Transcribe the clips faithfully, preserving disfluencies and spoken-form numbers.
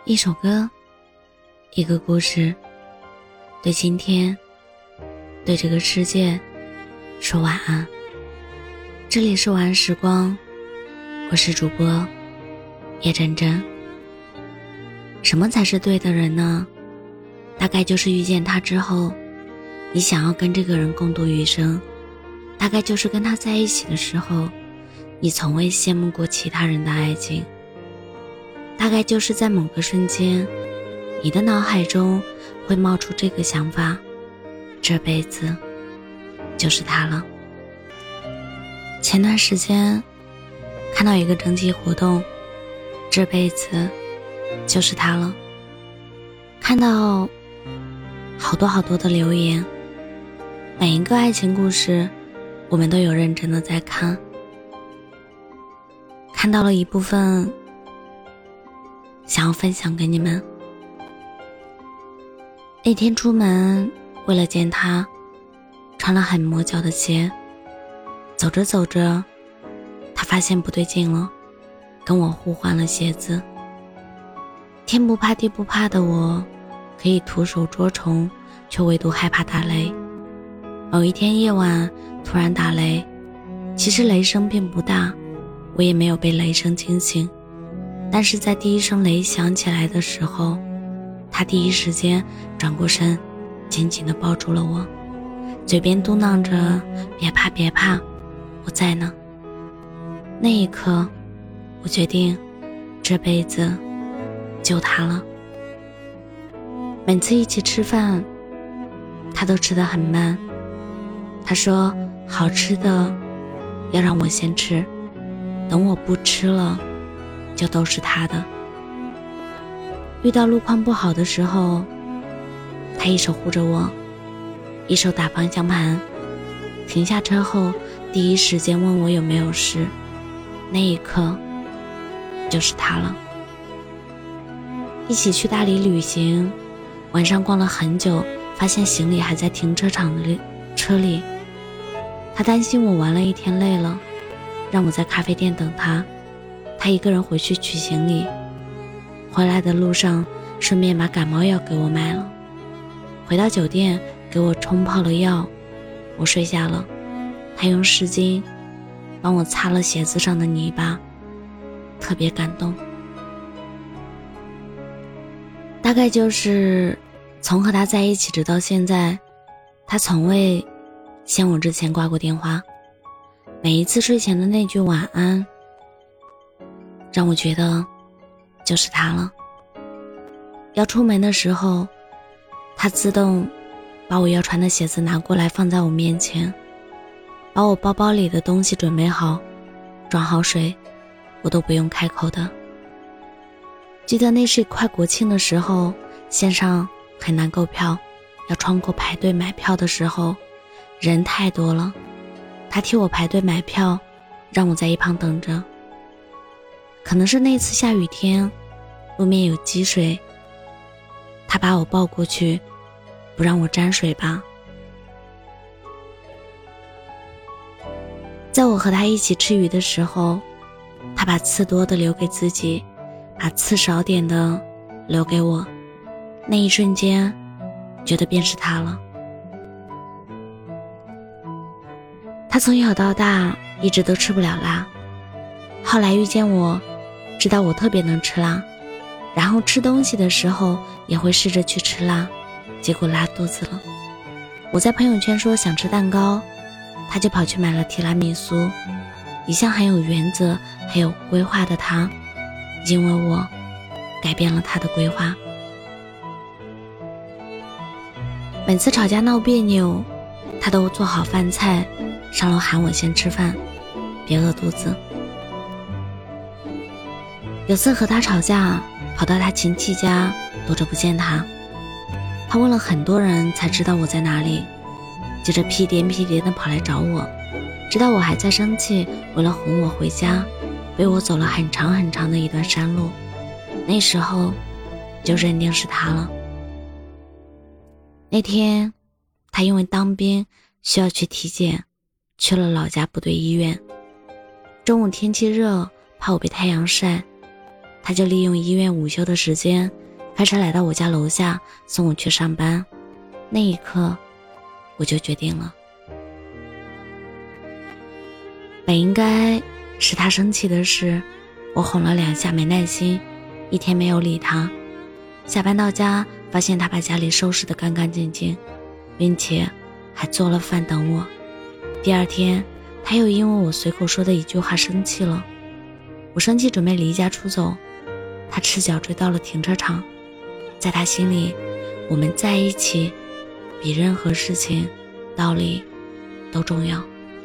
一首歌，一个故事，对今天，对这个世界说晚安。这里是晚安时光，我是主播叶真真。什么才是对的人呢？大概就是遇见他之后，你想要跟这个人共度余生。大概就是跟他在一起的时候，你从未羡慕过其他人的爱情。大概就是在某个瞬间，你的脑海中会冒出这个想法，这辈子就是他了。前段时间看到一个征集活动，这辈子就是他了。看到好多好多的留言，每一个爱情故事我们都有认真的在看，看到了一部分，想要分享给你们。那天出门，为了见他，穿了很磨脚的鞋，走着走着，他发现不对劲了，跟我互换了鞋子。天不怕地不怕的我，可以徒手捉虫，却唯独害怕打雷。某一天夜晚突然打雷，其实雷声并不大，我也没有被雷声惊醒，但是在第一声雷响起来的时候，他第一时间转过身，紧紧地抱住了我，嘴边嘟囔着别怕别怕，我在呢。那一刻我决定这辈子就他了。每次一起吃饭，他都吃得很慢，他说好吃的要让我先吃，等我不吃了就都是他的。遇到路况不好的时候，他一手护着我，一手打方向盘，停下车后第一时间问我有没有事，那一刻就是他了。一起去大理旅行，晚上逛了很久，发现行李还在停车场的车里。他担心我玩了一天累了，让我在咖啡店等他，他一个人回去取行李。回来的路上顺便把感冒药给我买了，回到酒店给我冲泡了药，我睡下了。他用湿巾帮我擦了鞋子上的泥巴，特别感动。大概就是从和他在一起直到现在，他从未嫌我之前挂过电话，每一次睡前的那句晚安，让我觉得就是他了。要出门的时候，他自动把我要穿的鞋子拿过来放在我面前，把我包包里的东西准备好，装好水，我都不用开口的。记得那是快国庆的时候，线上很难购票，要穿过排队买票的时候，人太多了，他替我排队买票，让我在一旁等着。可能是那次下雨天，路面有积水，他把我抱过去，不让我沾水吧。在我和他一起吃鱼的时候，他把刺多的留给自己，把刺少点的留给我。那一瞬间觉得便是他了。他从小到大一直都吃不了辣，后来遇见我，知道我特别能吃辣，然后吃东西的时候也会试着去吃辣，结果拉肚子了。我在朋友圈说想吃蛋糕，他就跑去买了提拉米苏。一向很有原则很有规划的他，因为我改变了他的规划。每次吵架闹别扭，他都做好饭菜，上楼喊我先吃饭，别饿肚子。有次和他吵架，跑到他亲戚家躲着不见他，他问了很多人才知道我在哪里，接着屁颠屁颠的跑来找我，知道我还在生气，为了哄我回家，背我走了很长很长的一段山路。那时候就认定是他了。那天他因为当兵需要去体检，去了老家部队医院。中午天气热，怕我被太阳晒， 他就利用医院午休的时间，开车来到我家楼下送我去上班。那一刻，我就决定了，本应该是他生气的事，我哄了两下没耐心，一天没有理他。下班到家，发现他把家里收拾得干干净净，并且还做了饭等我。第二天，他又因为我随口说的一句话生气了。我生气准备离家出走，他赤脚追到了停车场。在他心里，我们在一起比任何事情道理都重要。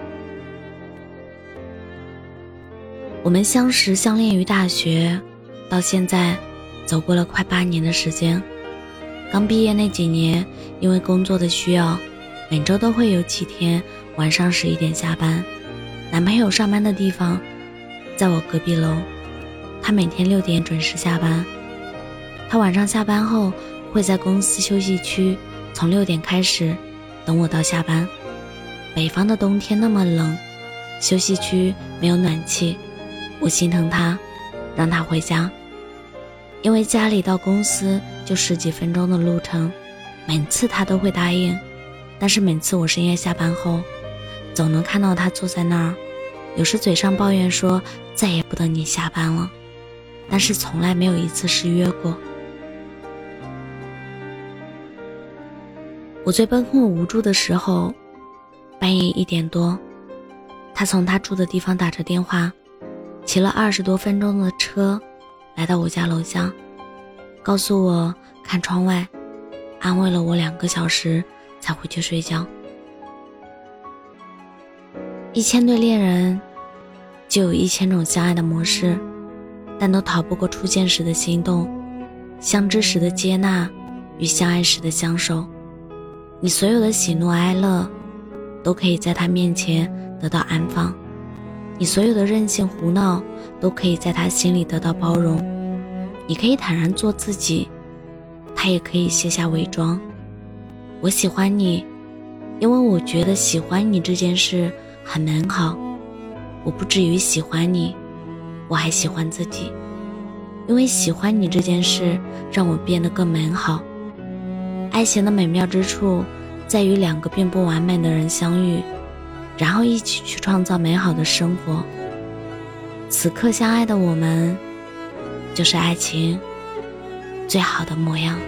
我们相识相恋于大学，到现在走过了快八年的时间。刚毕业那几年，因为工作的需要，每周都会有几天晚上十一点下班。男朋友上班的地方在我隔壁楼，他每天六点准时下班。他晚上下班后会在公司休息区从六点开始等我到下班。北方的冬天那么冷，休息区没有暖气，我心疼他，让他回家。因为家里到公司就十几分钟的路程，每次他都会答应。但是每次我深夜下班后，总能看到他坐在那儿，有时嘴上抱怨说再也不等你下班了，但是从来没有一次失约过。我最崩溃无助的时候，半夜一点多，他从他住的地方打着电话，骑了二十多分钟的车来到我家楼下，告诉我看窗外，安慰了我两个小时才回去睡觉。一千对恋人就有一千种相爱的模式，但都逃不过初见时的心动，相知时的接纳与相爱时的相守。你所有的喜怒哀乐都可以在他面前得到安放，你所有的任性胡闹都可以在他心里得到包容。你可以坦然做自己，他也可以卸下伪装。我喜欢你，因为我觉得喜欢你这件事很美好。我不止于喜欢你，我还喜欢自己，因为喜欢你这件事让我变得更美好。爱情的美妙之处在于两个并不完美的人相遇，然后一起去创造美好的生活。此刻相爱的我们，就是爱情最好的模样。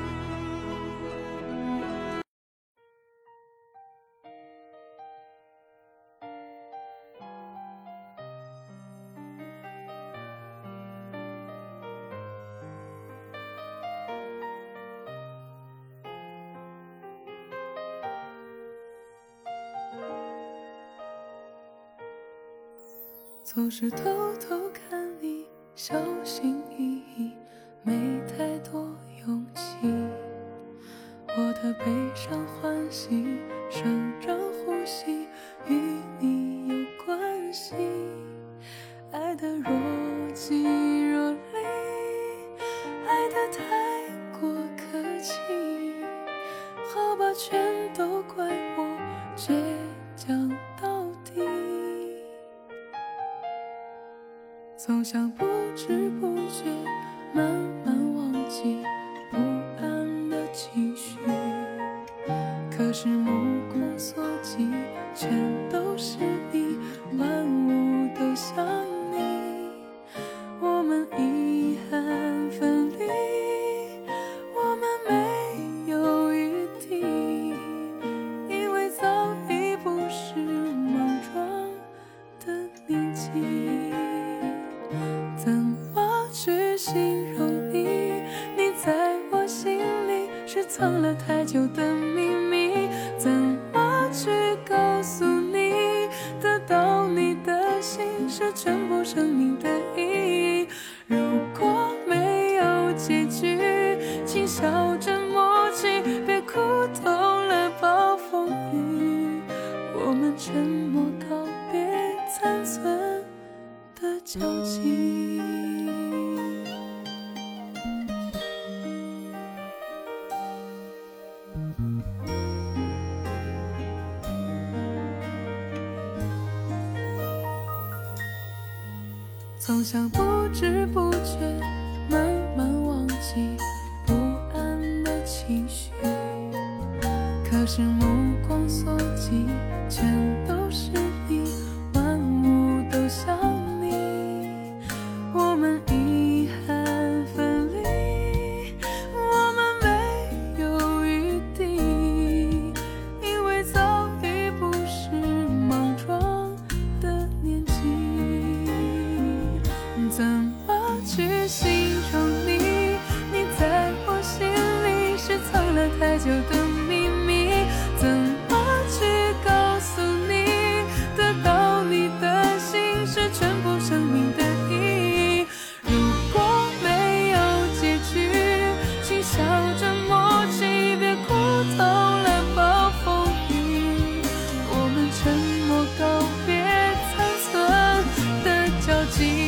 总是偷偷看你，小心翼翼，没太多勇气。我的悲伤欢喜，生长呼吸，与你有关系。爱得若即若离，爱得太过客气，好吧，全都怪我倔强到底。总想不知不觉慢慢忘记不安的情绪，可是目光所及全都是你，万物都像你。我们遗憾分离，我们没有余地，因为早已不是莽撞的年纪。怎么去形容你？你在我心里是藏了太久的秘密。怎么去告诉你，得到你的心是全部生命的意义。如果没有结局，请笑着默契，别哭透了暴风雨。我们沉默告别残存的交集。 总想不知不觉慢慢忘记不安的情绪，可是目光所及全都是你，万物都像你。我们遗憾分离，我们没有余地，因为早已不是莽撞的年纪。怎么去形容你？你在我心里是藏了太久的秘密，怎么去告诉你？得到你的心是全部生命的意义。如果没有结局，请笑着默契，别哭透了暴风雨。我们沉默告别残存的交集。